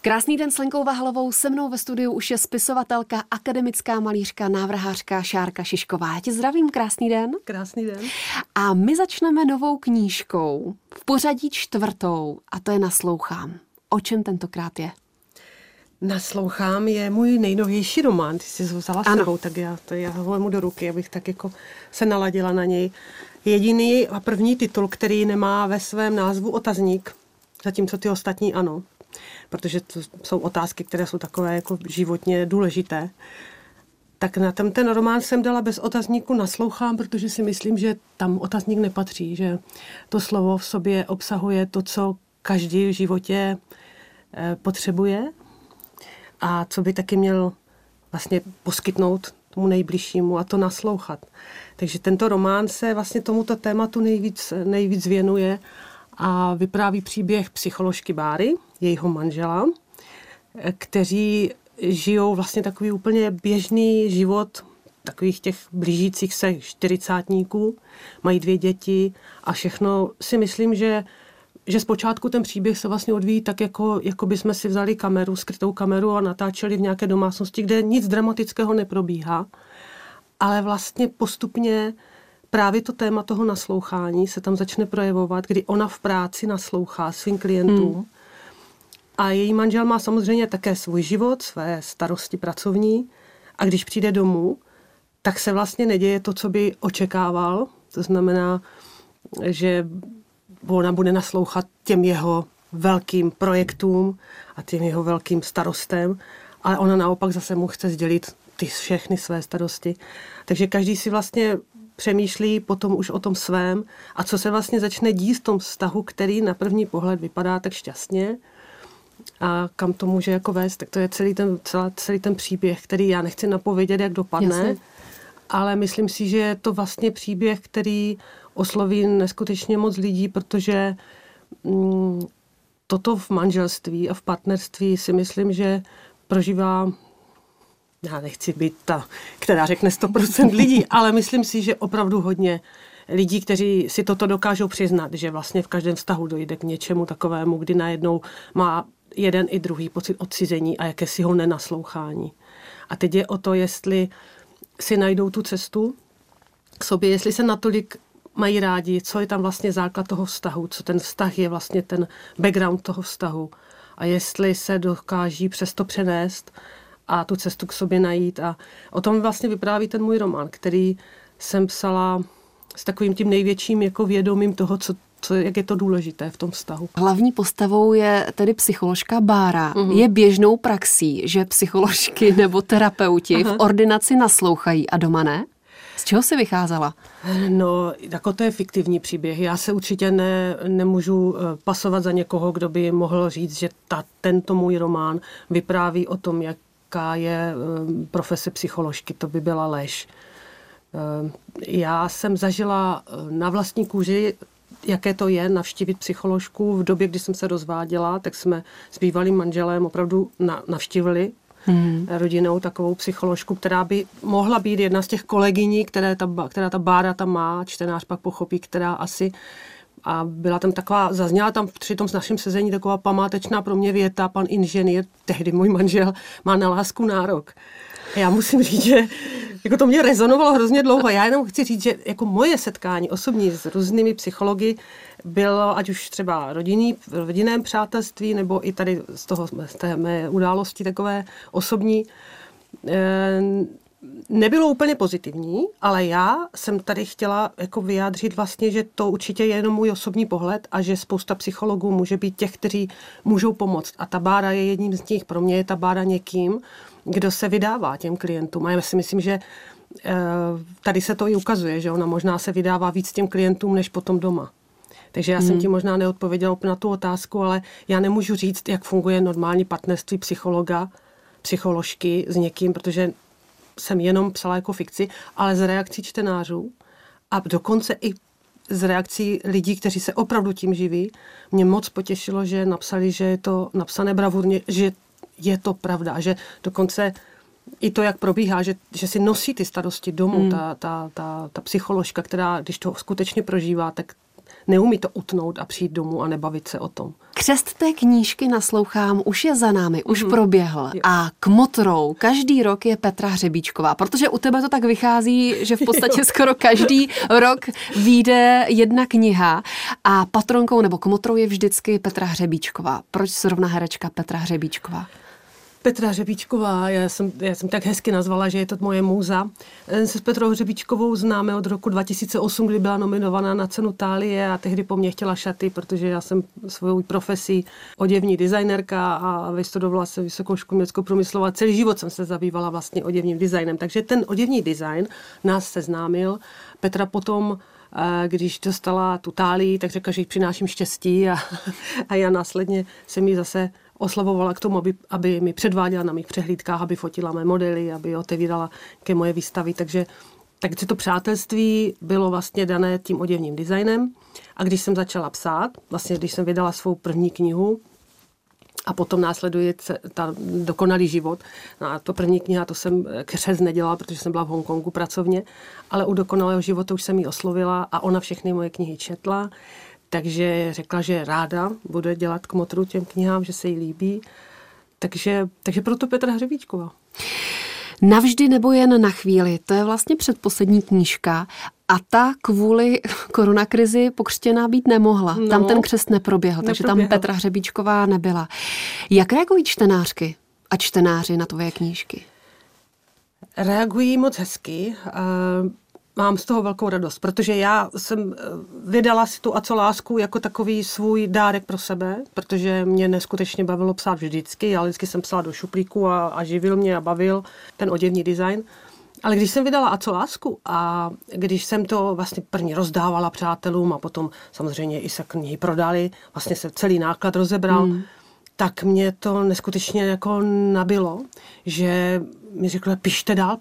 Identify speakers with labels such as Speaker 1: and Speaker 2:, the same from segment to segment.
Speaker 1: Krásný den s Lenkou Vahlovou, se mnou ve studiu už je spisovatelka, akademická malířka, návrhářka Šárka Šišková. Já tě zdravím, krásný den.
Speaker 2: Krásný den.
Speaker 1: A my začneme novou knížkou, v pořadí 4. a to je Naslouchám. O čem tentokrát je?
Speaker 2: Naslouchám je můj nejnovější román, ty jsi vzala s sebou, tak já ho vemu do ruky, abych tak jako se naladila na něj. Jediný a první titul, který nemá ve svém názvu otazník, zatímco ty ostatní ano, protože to jsou otázky, které jsou takové jako životně důležité. Tak na ten román jsem dala bez otazníku Naslouchám, protože si myslím, že tam otazník nepatří, že to slovo v sobě obsahuje to, co každý v životě potřebuje a co by taky měl vlastně poskytnout tomu nejbližšímu, a to naslouchat. Takže tento román se vlastně tomuto tématu nejvíc věnuje a vypráví příběh psycholožky Báry, jejího manžela, kteří žijou vlastně takový úplně běžný život takových těch blížících se 40-tníků, mají 2 děti a všechno si myslím, že zpočátku ten příběh se vlastně odvíjí tak, jako by jsme si vzali skrytou kameru a natáčeli v nějaké domácnosti, kde nic dramatického neprobíhá, ale vlastně postupně právě to téma toho naslouchání se tam začne projevovat, kdy ona v práci naslouchá svým klientům a její manžel má samozřejmě také svůj život, své starosti pracovní a když přijde domů, tak se vlastně neděje to, co by očekával. To znamená, že ona bude naslouchat těm jeho velkým projektům a těm jeho velkým starostem, ale ona naopak zase mu chce sdělit ty všechny své starosti. Takže každý si vlastně přemýšlí potom už o tom svém a co se vlastně začne dít v tom vztahu, který na první pohled vypadá tak šťastně a kam to může jako vést. Tak to je celý ten příběh, který já nechci napovědět, jak dopadne,
Speaker 1: Jasně.
Speaker 2: Ale myslím si, že je to vlastně příběh, který osloví neskutečně moc lidí, protože toto v manželství a v partnerství si myslím, že prožívá, já nechci být ta, která řekne 100% lidí, ale myslím si, že opravdu hodně lidí, kteří si toto dokážou přiznat, že vlastně v každém vztahu dojde k něčemu takovému, kdy najednou má jeden i druhý pocit odcizení a jakési nenaslouchání. A teď je o to, jestli si najdou tu cestu k sobě, jestli se natolik mají rádi, co je tam vlastně základ toho vztahu, co ten vztah je vlastně ten background toho vztahu a jestli se dokáží přesto přenést a tu cestu k sobě najít. A o tom vlastně vypráví ten můj román, který jsem psala s takovým tím největším jako vědomím toho, jak je to důležité v tom vztahu.
Speaker 1: Hlavní postavou je tedy psycholožka Bára. Je běžnou praxí, že psycholožky nebo terapeuti v ordinaci naslouchají a doma ne? Z čeho jsi vycházela?
Speaker 2: No, jako to je fiktivní příběh. Já se určitě nemůžu pasovat za někoho, kdo by mohl říct, že tento můj román vypráví o tom, jaká je profese psycholožky. To by byla lež. Já jsem zažila na vlastní kůži, jaké to je navštívit psycholožku. V době, kdy jsem se rozváděla, tak jsme s bývalým manželem opravdu navštívili rodinou takovou psycholožku, která by mohla být jedna z těch kolegyní, která ta Bára tam má, čtenář pak pochopí, která asi, a byla tam taková, zazněla tam při tom s naším sezení taková památečná pro mě věta, pan inženýr, tehdy můj manžel, má na lásku nárok. A já musím říct, že jako to mě rezonovalo hrozně dlouho. Já jenom chci říct, že jako moje setkání osobní s různými psychologi bylo, ať už třeba rodinném přátelství, nebo i tady z té mé události takové osobní, nebylo úplně pozitivní, ale já jsem tady chtěla jako vyjádřit vlastně, že to určitě je jenom můj osobní pohled a že spousta psychologů může být těch, kteří můžou pomoct. A ta Bára je jedním z nich. Pro mě je ta Bára někým, kdo se vydává těm klientům. A já si myslím, že tady se to i ukazuje, že ona možná se vydává víc těm klientům, než potom doma. Takže já jsem ti možná neodpověděla na tu otázku, ale já nemůžu říct, jak funguje normální partnerství psycholožky s někým, protože jsem jenom psala jako fikci, ale z reakcí čtenářů a dokonce i z reakcí lidí, kteří se opravdu tím živí, mě moc potěšilo, že napsali, že je to napsané bravurně, že je to pravda, že dokonce i to, jak probíhá, že si nosí ty starosti domů, ta psycholožka, která, když to skutečně prožívá, tak neumí to utnout a přijít domů a nebavit se o tom.
Speaker 1: Křest té knížky Naslouchám už je za námi, už proběhl. A kmotrou každý rok je Petra Hřebíčková, protože u tebe to tak vychází, že v podstatě skoro každý rok vyjde jedna kniha a patronkou nebo kmotrou je vždycky Petra Hřebíčková. Proč zrovna herečka Petra Hřebíčková?
Speaker 2: Petra Hřebíčková, já jsem tak hezky nazvala, že je to moje můza. Se s Petrou Hřebíčkovou známe od roku 2008, kdy byla nominovaná na cenu Thálie a tehdy po mně chtěla šaty, protože já jsem svou profesí oděvní designérka a vystudovala se Vysokou školu uměleckou průmyslovou a celý život jsem se zabývala vlastně oděvním designem. Takže ten oděvní design nás seznámil. Petra potom, když dostala tu Thálii, tak řekla, že jí přináším štěstí a já následně jsem jí zase oslavovala k tomu, aby mi předváděla na mých přehlídkách, aby fotila mé modely, aby otevírala ke moje výstavy. Takže to přátelství bylo vlastně dané tím oděvním designem. A když jsem začala psát, vlastně když jsem vydala svou první knihu a potom následuje ta Dokonalý život. No a to první kniha, to jsem křest nedělala, protože jsem byla v Hongkongu pracovně, ale u Dokonalého života už jsem ji oslovila a ona všechny moje knihy četla. Takže řekla, že ráda bude dělat kmotru těm knihám, že se jí líbí. Takže proto Petra Hřebíčková.
Speaker 1: Navždy nebo jen na chvíli, to je vlastně předposlední knížka a ta kvůli koronakrizi pokřtěná být nemohla. No, tam ten křest neproběhl, takže tam Petra Hřebíčková nebyla. Jak reagují čtenářky a čtenáři na tvoje knížky?
Speaker 2: Reagují moc hezky. Mám z toho velkou radost, protože já jsem vydala si tu A co lásku jako takový svůj dárek pro sebe, protože mě neskutečně bavilo psát vždycky. Já vždycky jsem psala do šuplíku a živil mě a bavil ten oděvní design. Ale když jsem vydala A co lásku a když jsem to vlastně první rozdávala přátelům a potom samozřejmě i se knihy prodaly, vlastně se celý náklad rozebral, tak mě to neskutečně jako nabilo, že mi řekla, piš dál,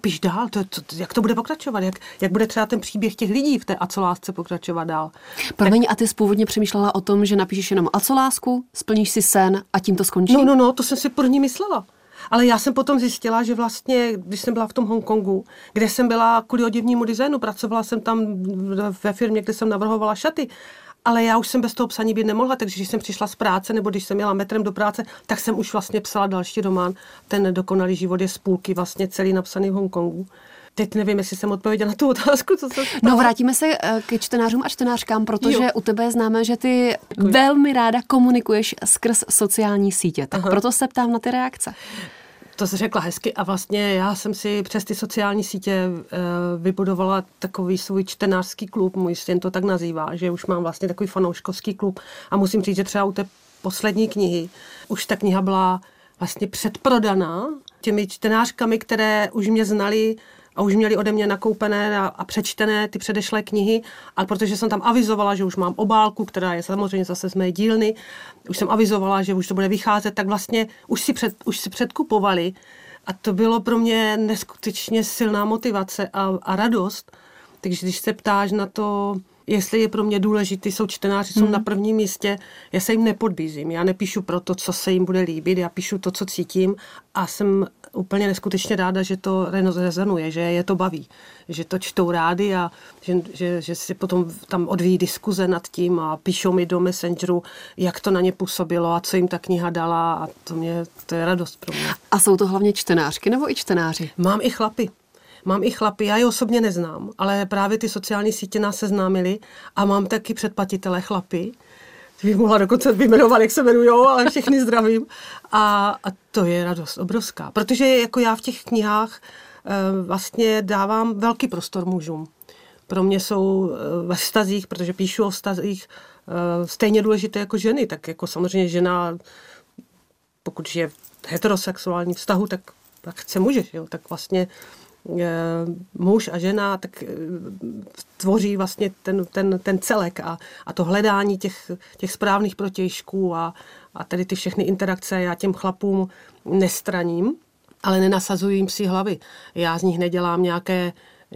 Speaker 2: jak to bude pokračovat, jak bude třeba ten příběh těch lidí v té A co lásce pokračovat dál.
Speaker 1: Promiň, a ty jsi původně přemýšlela o tom, že napíšeš jenom A co lásku, splníš si sen a tím to skončí?
Speaker 2: No, to jsem si první myslela. Ale já jsem potom zjistila, že vlastně, když jsem byla v tom Hongkongu, kde jsem byla kvůli oděvnímu designu, pracovala jsem tam ve firmě, kde jsem navrhovala šaty, ale já už jsem bez toho psaní být nemohla, takže když jsem přišla z práce, nebo když jsem jela metrem do práce, tak jsem už vlastně psala další román. Ten Dokonalý život je z půlky vlastně celý napsaný v Hongkongu. Teď nevím, jestli jsem odpověděla na tu otázku, co se stalo.
Speaker 1: No, vrátíme se ke čtenářům a čtenářkám, protože u tebe je známé, že ty velmi ráda komunikuješ skrz sociální sítě. Tak proto se ptám na ty reakce.
Speaker 2: To jsi řekla hezky a vlastně já jsem si přes ty sociální sítě vybudovala takový svůj čtenářský klub, můj syn to tak nazývá, že už mám vlastně takový fanouškovský klub a musím říct, že třeba u té poslední knihy už ta kniha byla vlastně předprodaná těmi čtenářkami, které už mě znali a už měli ode mě nakoupené a přečtené ty předešlé knihy, ale protože jsem tam avizovala, že už mám obálku, která je samozřejmě zase z mé dílny, už jsem avizovala, že už to bude vycházet, tak vlastně už si předkupovali a to bylo pro mě neskutečně silná motivace a radost. Takže když se ptáš na to, jestli je pro mě důležitý, jsou čtenáři, jsou na prvním místě, já se jim nepodbízím, já nepíšu pro to, co se jim bude líbit, já píšu to, co cítím a jsem úplně neskutečně ráda, že to rezonuje, že je to baví, že to čtou rádi a že si potom tam odvíjí diskuze nad tím a píšou mi do Messengeru, jak to na ně působilo a co jim ta kniha dala a to je radost pro mě.
Speaker 1: A jsou to hlavně čtenářky nebo i čtenáři?
Speaker 2: Mám i chlapy, já je osobně neznám, ale právě ty sociální sítě nás seznámily a mám taky předplatitele chlapy. Bych mohla dokonce vyjmenovat, jak se jmenujou, ale všechny zdravím. A to je radost obrovská, protože jako já v těch knihách vlastně dávám velký prostor mužům. Pro mě jsou ve vztazích, protože píšu o vztazích, stejně důležité jako ženy. Tak jako samozřejmě žena, pokud je v heterosexuálním vztahu, tak chce muže, jo? Tak vlastně muž a žena tak tvoří vlastně ten celek a to hledání těch správných protějšků a tady ty všechny interakce já těm chlapům nestraním, ale nenasazuji jim si hlavy. Já z nich nedělám nějaké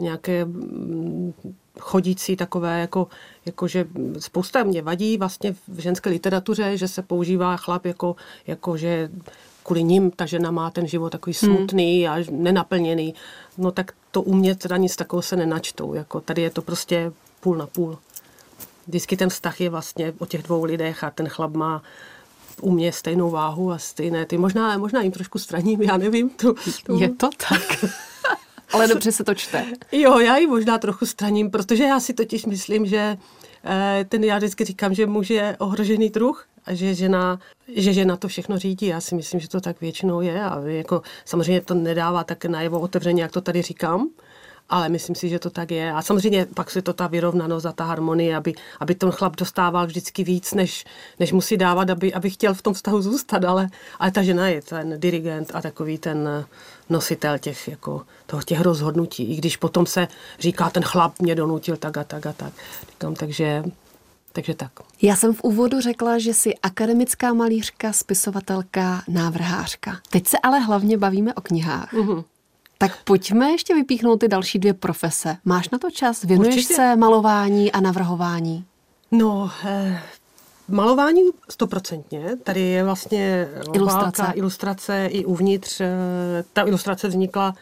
Speaker 2: chodící takové, jako že spousta mě vadí vlastně v ženské literatuře, že se používá chlap jako že kvůli nim ta žena má ten život takový smutný a nenaplněný. No tak to u mě teda nic takového se nenačtou. Jako tady je to prostě půl na půl. vždycky ten vztah je vlastně o těch dvou lidech a ten chlap má u mě stejnou váhu a stejné ty. Možná jim trošku straním, já nevím.
Speaker 1: Je to tak? Ale dobře se to čte.
Speaker 2: Jo, já ji možná trochu straním, protože já si totiž myslím, že já vždycky říkám, že muž je ohrožený druh a že žena to všechno řídí. Já si myslím, že to tak většinou je a jako, samozřejmě to nedává tak najevo otevřeně, jak to tady říkám, ale myslím si, že to tak je. A samozřejmě pak se to ta vyrovnanost a ta harmonie, aby ten chlap dostával vždycky víc, než musí dávat, aby chtěl v tom vztahu zůstat, ale ta žena je ten dirigent a takový ten nositel těch rozhodnutí. I když potom se říká, ten chlap mě donutil tak a tak a tak. Říkám, takže tak.
Speaker 1: Já jsem v úvodu řekla, že jsi akademická malířka, spisovatelka, návrhářka. Teď se ale hlavně bavíme o knihách. Mm-hmm. Tak pojďme ještě vypíchnout ty další 2 profese. Máš na to čas? Věnuješ
Speaker 2: Určitě
Speaker 1: se malování a navrhování?
Speaker 2: No, malování 100%. Tady je vlastně ilustrace i uvnitř. Ta ilustrace vznikla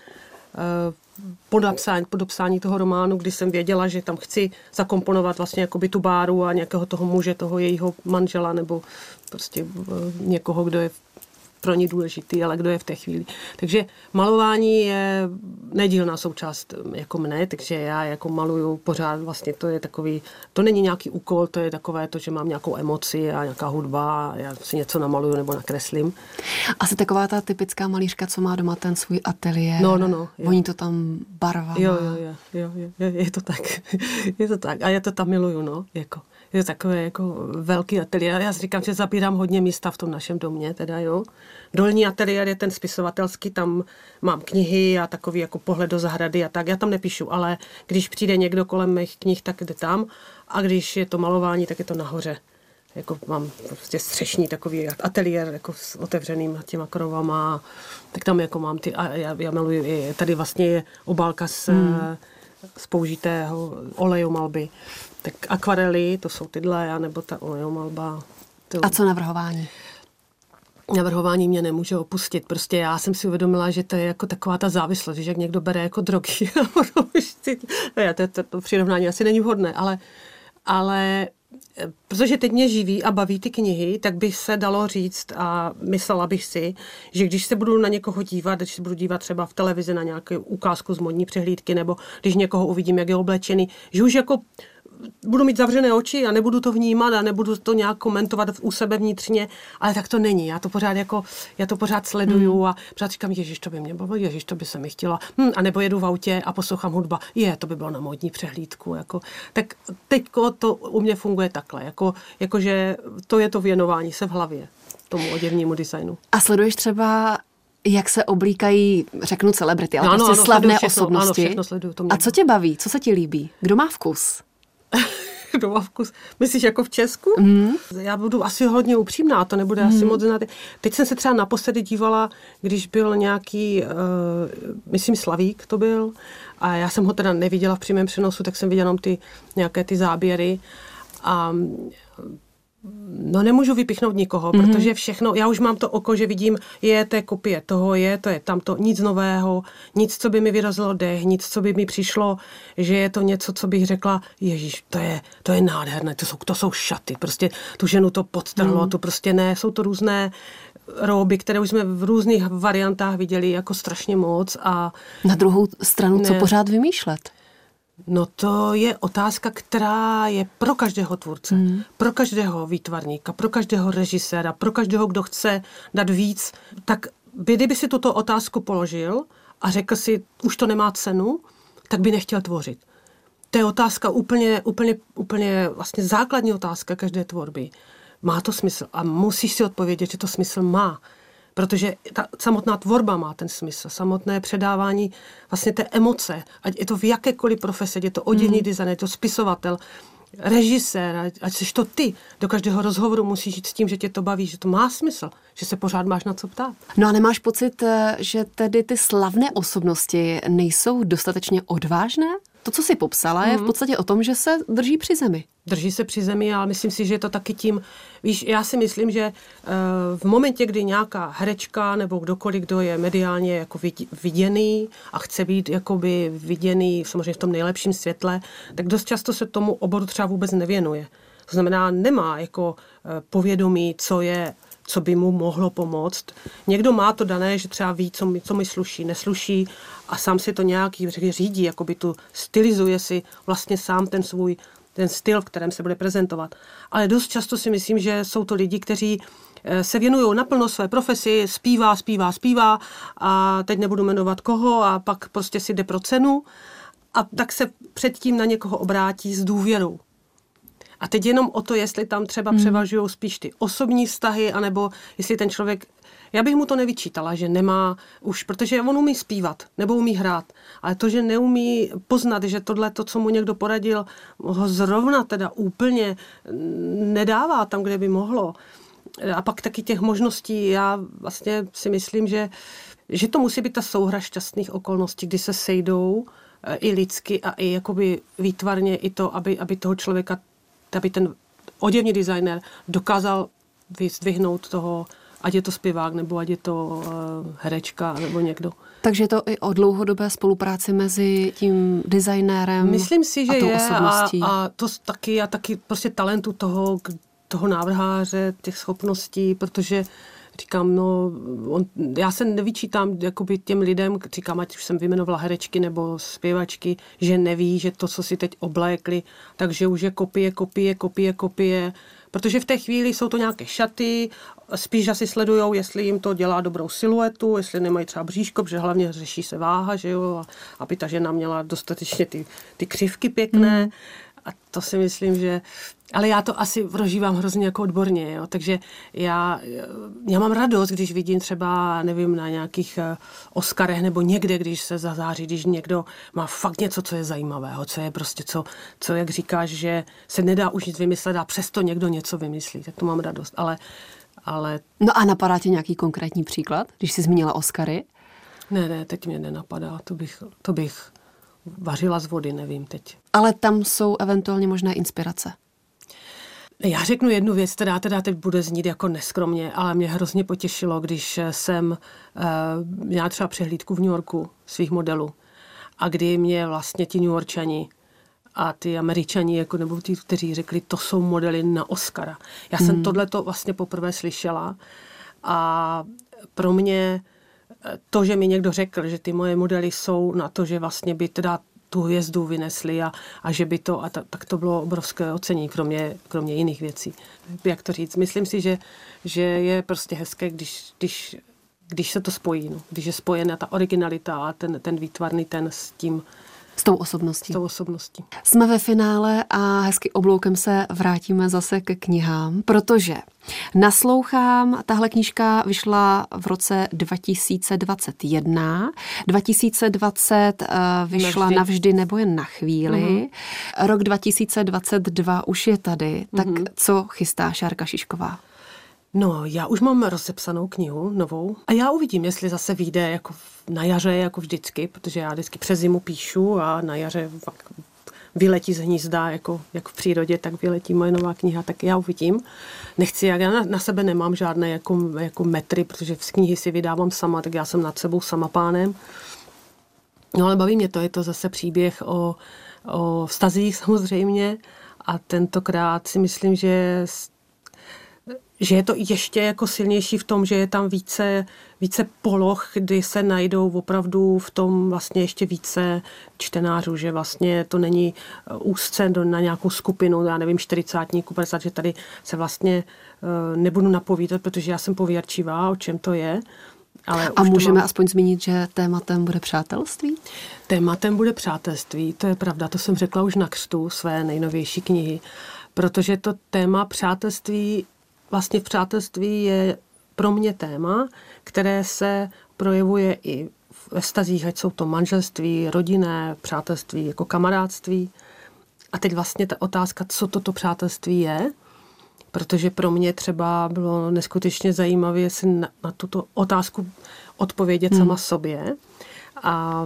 Speaker 2: po dopsání toho románu, kdy jsem věděla, že tam chci zakomponovat vlastně jakoby tu Báru a nějakého toho muže, toho jejího manžela nebo prostě někoho, kdo je pro ní důležitý, ale kdo je v té chvíli. Takže malování je nedílná součást jako mne, takže já jako maluju pořád, vlastně to je takový, to není nějaký úkol, to je takové to, že mám nějakou emoci a nějaká hudba a já si něco namaluju nebo nakreslím.
Speaker 1: Asi taková ta typická malířka, co má doma ten svůj ateliér.
Speaker 2: No.
Speaker 1: Voní to tam barvama.
Speaker 2: Jo, je to tak. Je to tak. A já to tam miluju, no, jako. Je to takové jako velký ateliér. Já si říkám, že zabírám hodně místa v tom našem domě, teda jo. Dolní ateliér je ten spisovatelský, tam mám knihy a takový jako pohled do zahrady a tak. Já tam nepíšu, ale když přijde někdo kolem mých knih, tak jde tam. A když je to malování, tak je to nahoře. Jako mám prostě střešní takový ateliér jako s otevřeným těma krovama. Tak tam jako mám ty, a já maluji, tady vlastně je obálka z použitého olejomalby. Tak akvarely, to jsou tyhle, nebo ta olejomalba.
Speaker 1: A co navrhování?
Speaker 2: Navrhování mě nemůže opustit. Prostě já jsem si uvědomila, že to je jako taková ta závislost, že jak někdo bere jako drogy. To přirovnání asi není vhodné, ale protože teď mě živí a baví ty knihy, tak by se dalo říct a myslela bych si, že když se budu na někoho dívat, když se budu dívat třeba v televizi na nějakou ukázku z modní přehlídky, nebo když někoho uvidím, jak je oblečený, že už jako budu mít zavřené oči a nebudu to vnímat a nebudu to nějak komentovat u sebe vnitřně, ale tak to není. Já to pořád sleduju a pořád říkám, ježiš, to by mě bavilo, ježiš, to by se mi chtělo. A nebo jedu v autě a poslouchám hudba. To by bylo na módní přehlídku. Jako. Tak teďko to u mě funguje takhle. Jakože to je to věnování se v hlavě tomu oděvnímu designu.
Speaker 1: A sleduješ třeba, jak se oblíkají, řeknu celebrity, ale prostě slavné osobnosti.
Speaker 2: Ano, všechno sleduju.
Speaker 1: A co tě baví? Co se ti líbí? Kdo má vkus?
Speaker 2: Kdo má vkus? Myslíš jako v Česku? Já budu asi hodně upřímná, to nebude asi moc znát. Teď jsem se třeba naposledy dívala, když byl nějaký, myslím Slavík to byl, a já jsem ho teda neviděla v přímém přenosu, tak jsem viděla jenom nějaké ty záběry a no nemůžu vypichnout nikoho, protože všechno, já už mám to oko, že vidím, to je kopie toho, to je tamto, nic nového, nic, co by mi vyrazilo dech, nic, co by mi přišlo, že je to něco, co bych řekla, ježíš, to je nádherné, to jsou šaty, prostě tu ženu to podtrhlo, to prostě ne, jsou to různé róby, které už jsme v různých variantách viděli jako strašně moc a...
Speaker 1: Na druhou stranu, co pořád vymýšlet?
Speaker 2: No to je otázka, která je pro každého tvůrce, pro každého výtvarníka, pro každého režiséra, pro každého, kdo chce dát víc. Tak kdyby si tuto otázku položil a řekl si, už to nemá cenu, tak by nechtěl tvořit. To je otázka úplně vlastně základní otázka každé tvorby. Má to smysl? A musíš si odpovědět, že to smysl má. Protože ta samotná tvorba má ten smysl, samotné předávání vlastně té emoce, ať je to v jakékoliv profesi, je to oděvní design, je to spisovatel, režisér, ať jsi to ty, do každého rozhovoru musíš jít s tím, že tě to baví, že to má smysl, že se pořád máš na co ptát.
Speaker 1: No a nemáš pocit, že tedy ty slavné osobnosti nejsou dostatečně odvážné? to, co jsi popsala, je v podstatě o tom, že se drží při zemi.
Speaker 2: Drží se při zemi, ale myslím si, že je to taky tím, víš, já si myslím, že v momentě, kdy nějaká herečka nebo kdokoliv, kdo je mediálně jako viděný a chce být jakoby viděný samozřejmě v tom nejlepším světle, tak dost často se tomu oboru třeba vůbec nevěnuje. To znamená, nemá jako povědomí, co by mu mohlo pomoct. Někdo má to dané, že třeba ví, co mi sluší, nesluší a sám si to nějak řídí, jakoby tu stylizuje si vlastně sám ten styl, v kterém se bude prezentovat. Ale dost často si myslím, že jsou to lidi, kteří se věnují naplno své profesi, zpívá a teď nebudu jmenovat koho a pak prostě si jde pro cenu a tak se předtím na někoho obrátí s důvěrou. A teď jenom o to, jestli tam třeba převažují spíš ty osobní vztahy, anebo jestli ten člověk, já bych mu to nevyčítala, že nemá už, protože on umí zpívat, nebo umí hrát, ale to, že neumí poznat, že tohle, to, co mu někdo poradil, ho zrovna teda úplně nedává tam, kde by mohlo. A pak taky těch možností, já vlastně si myslím, že to musí být ta souhra šťastných okolností, kdy se sejdou i lidsky a i jakoby výtvarně i to, aby toho člověka, aby ten oděvní designer dokázal vyzdvihnout toho, ať je to zpěvák, nebo ať je to herečka, nebo někdo.
Speaker 1: Takže je to i o dlouhodobé spolupráci mezi tím designérem.
Speaker 2: Myslím si, že
Speaker 1: a tou
Speaker 2: je
Speaker 1: osobností.
Speaker 2: A to taky prostě talentu toho návrháře, těch schopností, protože říkám, já se nevyčítám jakoby těm lidem, říkám, ať už jsem vyjmenovala herečky nebo zpěvačky, že neví, že to, co si teď oblékli, takže už je kopie, protože v té chvíli jsou to nějaké šaty, spíš asi sledujou, jestli jim to dělá dobrou siluetu, jestli nemají třeba bříško, protože hlavně řeší se váha, že jo, aby ta žena měla dostatečně ty křivky pěkné. A to si myslím, že... Ale já to asi prožívám hrozně jako odborně, jo? Takže já mám radost, když vidím třeba, nevím, na nějakých Oscarech nebo někde, když se zazáří, když někdo má fakt něco, co je zajímavého, co je prostě, co jak říkáš, že se nedá už nic vymyslet a přesto někdo něco vymyslí, tak to mám radost, ale...
Speaker 1: No a napadá tě nějaký konkrétní příklad, když jsi zmínila Oscary?
Speaker 2: Ne, teď mě nenapadá, to bych vařila z vody, nevím teď.
Speaker 1: Ale tam jsou eventuálně možné inspirace.
Speaker 2: Já řeknu jednu věc, teda teď bude znít jako neskromně, ale mě hrozně potěšilo, když jsem měla třeba přehlídku v New Yorku svých modelů a kdy mě vlastně ti New Yorkčani a ty Američani, jako, nebo ty, kteří řekli, to jsou modely na Oscara. Já jsem tohleto vlastně poprvé slyšela a pro mě to, že mi někdo řekl, že ty moje modely jsou na to, že vlastně by teda tu hvězdu vynesli a že by to, tak to bylo obrovské ocenění, kromě jiných věcí. Jak to říct? Myslím si, že je prostě hezké, když se to spojí. No. Když je spojená ta originalita a ten výtvarný ten s tím,
Speaker 1: s tou osobností.
Speaker 2: S tou osobností.
Speaker 1: Jsme ve finále a hezky obloukem se vrátíme zase ke knihám, protože Naslouchám, tahle knížka vyšla v roce 2021. 2020 vyšla Navždy nebo jen na chvíli. Rok 2022 už je tady. Tak co chystá Šárka Šišková?
Speaker 2: No, já už mám rozepsanou knihu, novou. A já uvidím, jestli zase vyjde jako na jaře, jako vždycky, protože já vždycky přes zimu píšu a na jaře vyletí z hnízda, jako v přírodě, tak vyletí moje nová kniha, tak já uvidím. Nechci, já na sebe nemám žádné jako metry, protože z knihy si vydávám sama, tak já jsem nad sebou sama pánem. No ale baví mě to, je to zase příběh o vztazích samozřejmě a tentokrát si myslím, že je to ještě jako silnější v tom, že je tam více poloh, kdy se najdou opravdu v tom vlastně ještě více čtenářů, že vlastně to není úzce na nějakou skupinu, já nevím, 40, 50, že tady se vlastně nebudu napovídat, protože já jsem pověrčivá, o čem to je. Ale
Speaker 1: a můžeme aspoň zmínit, že tématem bude přátelství?
Speaker 2: Tématem bude přátelství, to je pravda, to jsem řekla už na křtu své nejnovější knihy, protože to téma přátelství vlastně v přátelství je pro mě téma, které se projevuje i ve vztazích, ať jsou to manželství, rodinné, přátelství, jako kamarádství. A teď vlastně ta otázka, co toto přátelství je, protože pro mě třeba bylo neskutečně zajímavé si na tuto otázku odpovědět sama sobě. A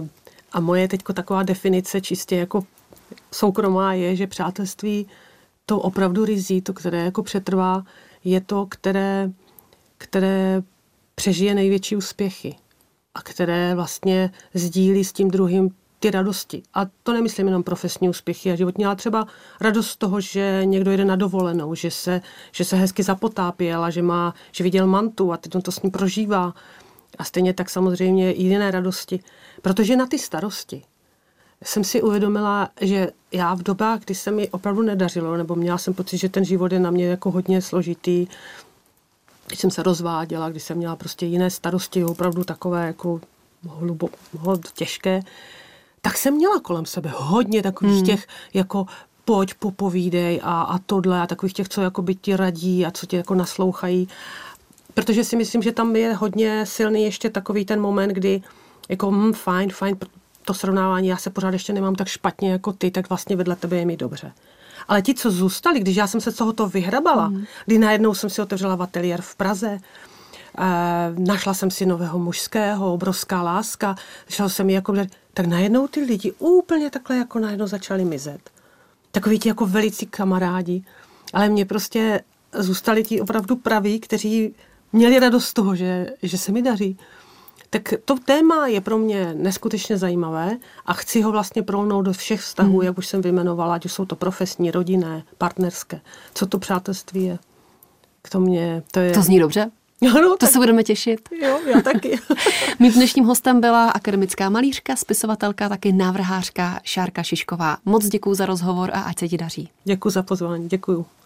Speaker 2: A moje teďko taková definice čistě jako soukromá je, že přátelství to opravdu rizí, to, které jako přetrvá, je to, které přežije největší úspěchy a které vlastně sdílí s tím druhým ty radosti. A to nemyslím jenom profesní úspěchy a životní, ale třeba radost z toho, že někdo jede na dovolenou, že se hezky zapotápěl a že viděl mantu a teď on to s ním prožívá. A stejně tak samozřejmě i jiné radosti. Protože na ty starosti jsem si uvědomila, že já v dobách, kdy se mi opravdu nedařilo, nebo měla jsem pocit, že ten život je na mě jako hodně složitý, když jsem se rozváděla, když jsem měla prostě jiné starosti, opravdu takové jako těžké, tak jsem měla kolem sebe hodně takových těch jako pojď, popovídej a tohle a takových těch, co jako by ti radí a co ti jako naslouchají. Protože si myslím, že tam je hodně silný ještě takový ten moment, kdy jako fajn, to srovnávání, já se pořád ještě nemám tak špatně jako ty, tak vlastně vedle tebe je mi dobře. Ale ti, co zůstali, když já jsem se z tohoto vyhrabala, kdy najednou jsem si otevřela ateliér v Praze, našla jsem si nového mužského, obrovská láska, začala jsem jako, tak najednou ty lidi úplně takhle jako najednou začali mizet. Takoví ti jako velicí kamarádi, ale mě prostě zůstali ti opravdu praví, kteří měli radost z toho, že se mi daří. Tak to téma je pro mě neskutečně zajímavé a chci ho vlastně prolnout do všech vztahů, jak už jsem vyjmenovala, ať už jsou to profesní, rodinné, partnerské. Co to přátelství je?
Speaker 1: To zní dobře.
Speaker 2: Ano,
Speaker 1: to se budeme těšit.
Speaker 2: Jo, já taky.
Speaker 1: Mým dnešním hostem byla akademická malířka, spisovatelka, taky návrhářka Šárka Šišková. Moc děkuju za rozhovor a ať se ti daří.
Speaker 2: Děkuju za pozvání, děkuju.